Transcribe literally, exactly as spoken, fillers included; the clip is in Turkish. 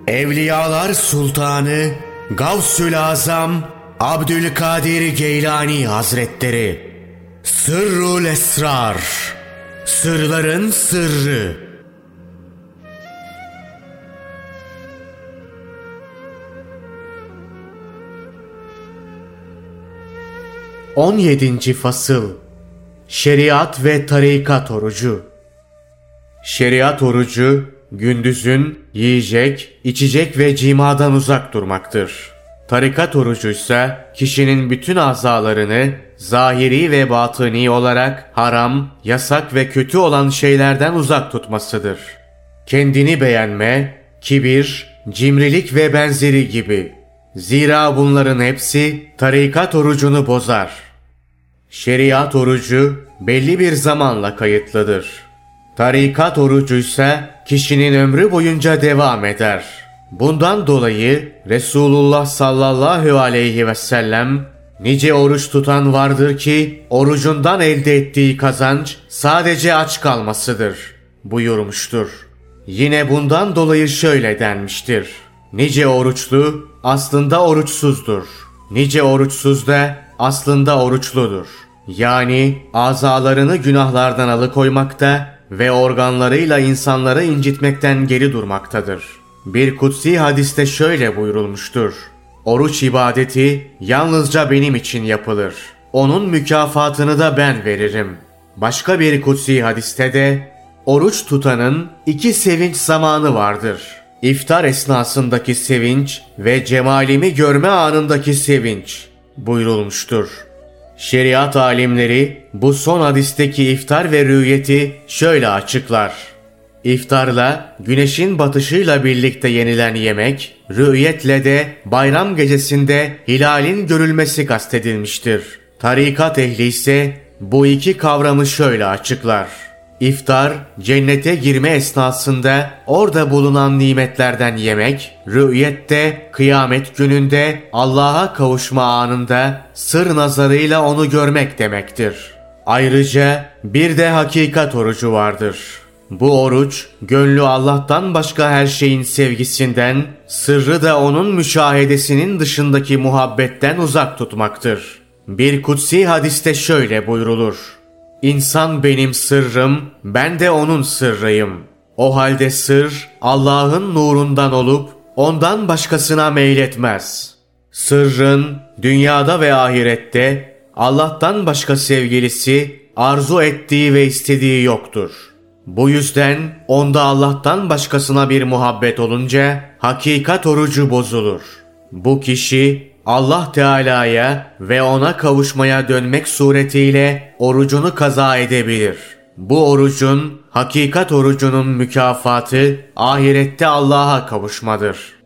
Evliyalar Sultanı Gavsül Azam Abdülkadir Geylani Hazretleri. Sırrul Esrar, sırların sırrı. on yedinci Fasıl. Şeriat ve tarikat orucu. Şeriat orucu, gündüzün yiyecek, içecek ve cimadan uzak durmaktır. Tarikat orucu ise kişinin bütün azalarını zahiri ve batıni olarak haram, yasak ve kötü olan şeylerden uzak tutmasıdır. Kendini beğenme, kibir, cimrilik ve benzeri gibi. Zira bunların hepsi tarikat orucunu bozar. Şeriat orucu belli bir zamanla kayıtlıdır. Tarikat orucu ise kişinin ömrü boyunca devam eder. Bundan dolayı Resulullah sallallahu aleyhi ve sellem nice oruç tutan vardır ki orucundan elde ettiği kazanç sadece aç kalmasıdır buyurmuştur. Yine bundan dolayı şöyle denmiştir: nice oruçlu aslında oruçsuzdur. Nice oruçsuz da aslında oruçludur. Yani azalarını günahlardan alıkoymakta ve organlarıyla insanları incitmekten geri durmaktadır. Bir kutsi hadiste şöyle buyurulmuştur: oruç ibadeti yalnızca benim için yapılır. Onun mükafatını da ben veririm. Başka bir kutsi hadiste de oruç tutanın iki sevinç zamanı vardır: İftar esnasındaki sevinç ve cemalimi görme anındaki sevinç buyurulmuştur. Şeriat alimleri bu son hadisteki iftar ve rü'yeti şöyle açıklar: İftarla güneşin batışıyla birlikte yenilen yemek, rü'yetle de bayram gecesinde hilalin görülmesi kastedilmiştir. Tarikat ehli ise bu iki kavramı şöyle açıklar: İftar, cennete girme esnasında orada bulunan nimetlerden yemek, rü'yet de kıyamet gününde Allah'a kavuşma anında sır nazarıyla onu görmek demektir. Ayrıca bir de hakikat orucu vardır. Bu oruç, gönlü Allah'tan başka her şeyin sevgisinden, sırrı da onun müşahedesinin dışındaki muhabbetten uzak tutmaktır. Bir kutsi hadiste şöyle buyrulur: İnsan benim sırrım, ben de onun sırrıyım. O halde sır, Allah'ın nurundan olup ondan başkasına meyletmez. Sırrın, dünyada ve ahirette Allah'tan başka sevgilisi, arzu ettiği ve istediği yoktur. Bu yüzden onda Allah'tan başkasına bir muhabbet olunca hakikat orucu bozulur. Bu kişi Allah Teala'ya ve ona kavuşmaya dönmek suretiyle orucunu kaza edebilir. Bu orucun, hakikat orucunun mükafatı ahirette Allah'a kavuşmadır.